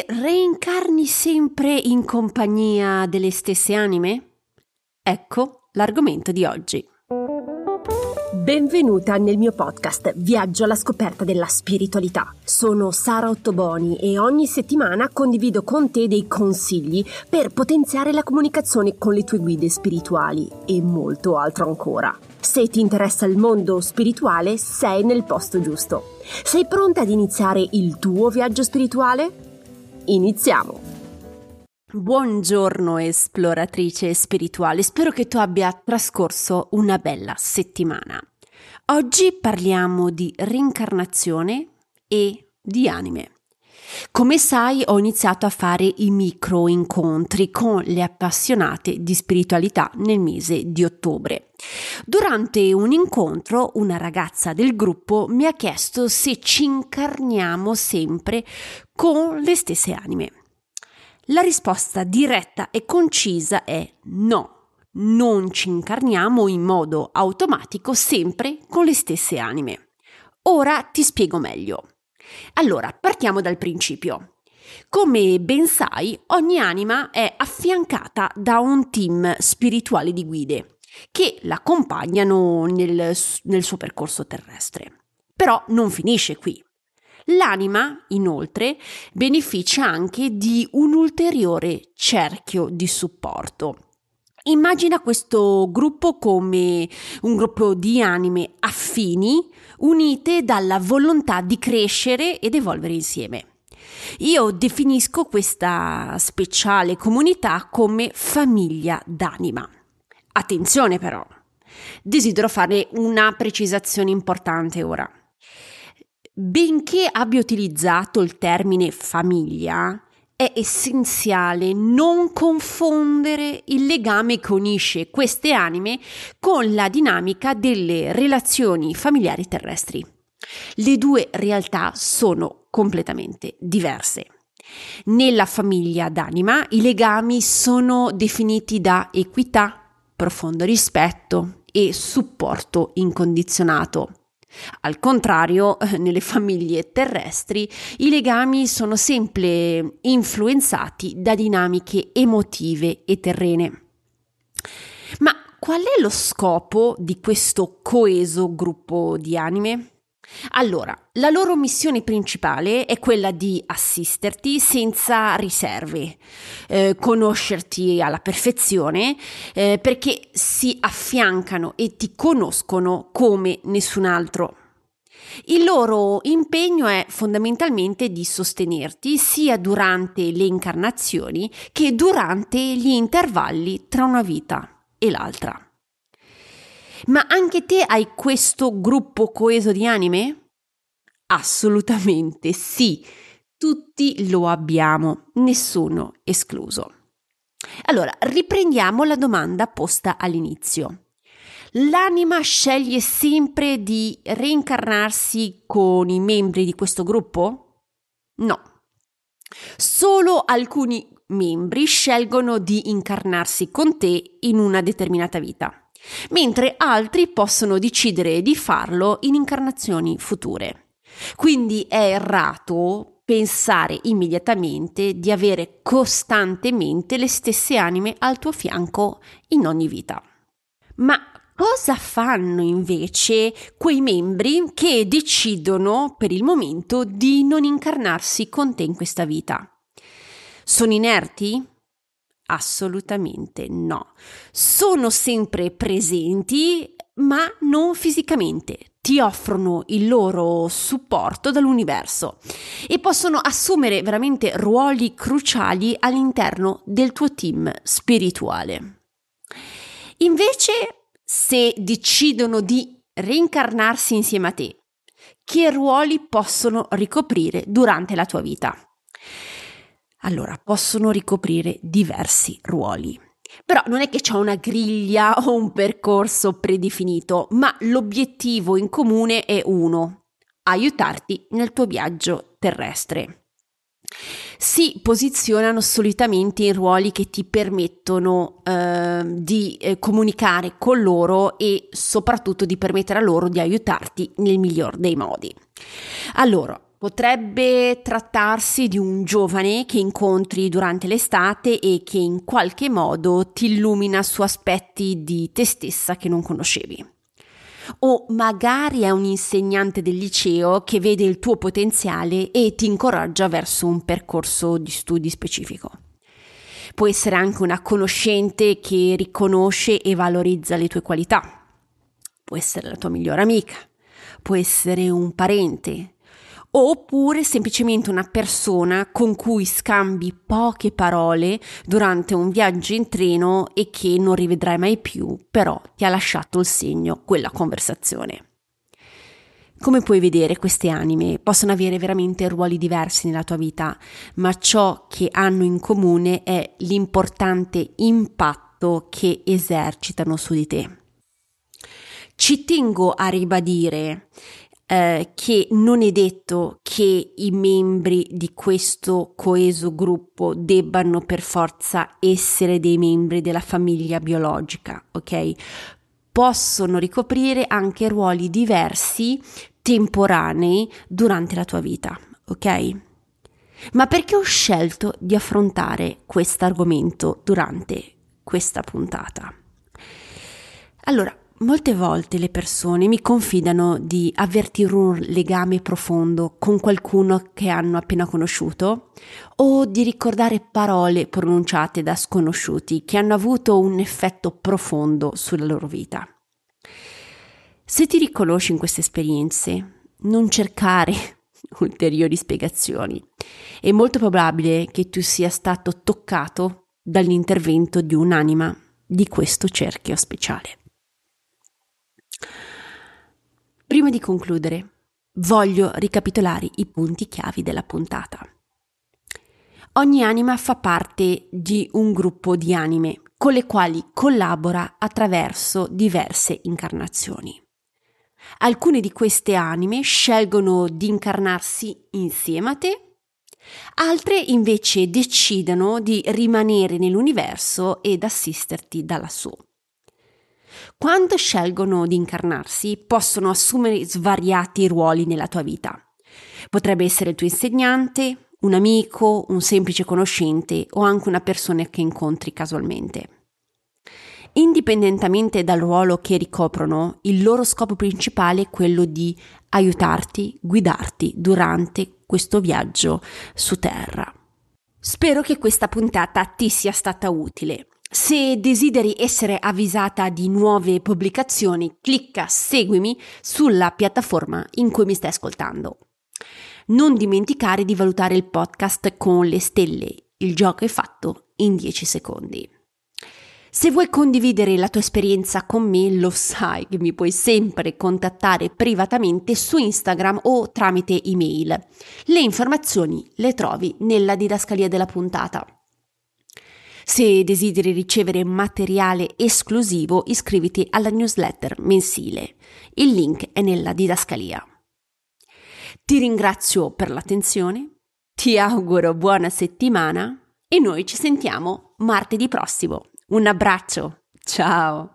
reincarni sempre in compagnia delle stesse anime? Ecco l'argomento di oggi. Benvenuta nel mio podcast Viaggio alla scoperta della spiritualità. Sono Sara Ottoboni e ogni settimana condivido con te dei consigli per potenziare la comunicazione con le tue guide spirituali e molto altro ancora. Se ti interessa il mondo spirituale, sei nel posto giusto. Sei pronta ad iniziare il tuo viaggio spirituale? Iniziamo! Buongiorno esploratrice spirituale, spero che tu abbia trascorso una bella settimana. Oggi parliamo di reincarnazione e di anime. Come sai, ho iniziato a fare i micro incontri con le appassionate di spiritualità nel mese di ottobre. Durante un incontro, una ragazza del gruppo mi ha chiesto se ci incarniamo sempre con le stesse anime. La risposta diretta e concisa è no. Non ci incarniamo in modo automatico sempre con le stesse anime. Ora ti spiego meglio. Allora, partiamo dal principio. Come ben sai, ogni anima è affiancata da un team spirituale di guide che l'accompagnano nel suo percorso terrestre. Però non finisce qui. L'anima, inoltre, beneficia anche di un ulteriore cerchio di supporto. Immagina questo gruppo come un gruppo di anime affini unite dalla volontà di crescere ed evolvere insieme. Io definisco questa speciale comunità come famiglia d'anima. Attenzione però, desidero fare una precisazione importante ora. Benché abbia utilizzato il termine famiglia, è essenziale non confondere il legame che unisce queste anime con la dinamica delle relazioni familiari terrestri. Le due realtà sono completamente diverse. Nella famiglia d'anima i legami sono definiti da equità, profondo rispetto e supporto incondizionato. Al contrario, nelle famiglie terrestri i legami sono sempre influenzati da dinamiche emotive e terrene. Ma qual è lo scopo di questo coeso gruppo di anime? Allora, la loro missione principale è quella di assisterti senza riserve, conoscerti alla perfezione, perché si affiancano e ti conoscono come nessun altro. Il loro impegno è fondamentalmente di sostenerti sia durante le incarnazioni che durante gli intervalli tra una vita e l'altra. Ma anche te hai questo gruppo coeso di anime? Assolutamente sì, tutti lo abbiamo, nessuno escluso. Allora, riprendiamo la domanda posta all'inizio. L'anima sceglie sempre di reincarnarsi con i membri di questo gruppo? No. Solo alcuni membri scelgono di incarnarsi con te in una determinata vita, mentre altri possono decidere di farlo in incarnazioni future. Quindi è errato pensare immediatamente di avere costantemente le stesse anime al tuo fianco in ogni vita. Ma cosa fanno invece quei membri che decidono per il momento di non incarnarsi con te in questa vita? Sono inerti? Assolutamente no. Sono sempre presenti, ma non fisicamente. Ti offrono il loro supporto dall'universo e possono assumere veramente ruoli cruciali all'interno del tuo team spirituale. Invece, se decidono di reincarnarsi insieme a te, che ruoli possono ricoprire durante la tua vita? Allora, possono ricoprire diversi ruoli. Però non è che c'è una griglia o un percorso predefinito, ma l'obiettivo in comune è uno: aiutarti nel tuo viaggio terrestre. Si posizionano solitamente in ruoli che ti permettono di comunicare con loro e soprattutto di permettere a loro di aiutarti nel miglior dei modi. Allora, Potrebbe trattarsi di un giovane che incontri durante l'estate e che in qualche modo ti illumina su aspetti di te stessa che non conoscevi. O magari è un insegnante del liceo che vede il tuo potenziale e ti incoraggia verso un percorso di studi specifico. Può essere anche una conoscente che riconosce e valorizza le tue qualità. Può essere la tua migliore amica. Può essere un parente. Oppure semplicemente una persona con cui scambi poche parole durante un viaggio in treno e che non rivedrai mai più, però ti ha lasciato il segno quella conversazione. Come puoi vedere, queste anime possono avere veramente ruoli diversi nella tua vita, ma ciò che hanno in comune è l'importante impatto che esercitano su di te. Ci tengo a ribadire che non è detto che i membri di questo coeso gruppo debbano per forza essere dei membri della famiglia biologica, ok? Possono ricoprire anche ruoli diversi, temporanei, durante la tua vita, ok? Ma perché ho scelto di affrontare questo argomento durante questa puntata? Allora, molte volte le persone mi confidano di avvertire un legame profondo con qualcuno che hanno appena conosciuto o di ricordare parole pronunciate da sconosciuti che hanno avuto un effetto profondo sulla loro vita. Se ti riconosci in queste esperienze, non cercare ulteriori spiegazioni. È molto probabile che tu sia stato toccato dall'intervento di un'anima di questo cerchio speciale. Prima di concludere, voglio ricapitolare i punti chiavi della puntata. Ogni anima fa parte di un gruppo di anime con le quali collabora attraverso diverse incarnazioni. Alcune di queste anime scelgono di incarnarsi insieme a te, altre invece decidono di rimanere nell'universo ed assisterti da lassù. Quando scelgono di incarnarsi, possono assumere svariati ruoli nella tua vita. Potrebbe essere il tuo insegnante, un amico, un semplice conoscente o anche una persona che incontri casualmente. Indipendentemente dal ruolo che ricoprono, il loro scopo principale è quello di aiutarti, guidarti durante questo viaggio su Terra. Spero che questa puntata ti sia stata utile. Se desideri essere avvisata di nuove pubblicazioni, clicca seguimi sulla piattaforma in cui mi stai ascoltando. Non dimenticare di valutare il podcast con le stelle. Il gioco è fatto in 10 secondi. Se vuoi condividere la tua esperienza con me, lo sai che mi puoi sempre contattare privatamente su Instagram o tramite email. Le informazioni le trovi nella didascalia della puntata. Se desideri ricevere materiale esclusivo, iscriviti alla newsletter mensile. Il link è nella didascalia. Ti ringrazio per l'attenzione, ti auguro buona settimana e noi ci sentiamo martedì prossimo. Un abbraccio, ciao!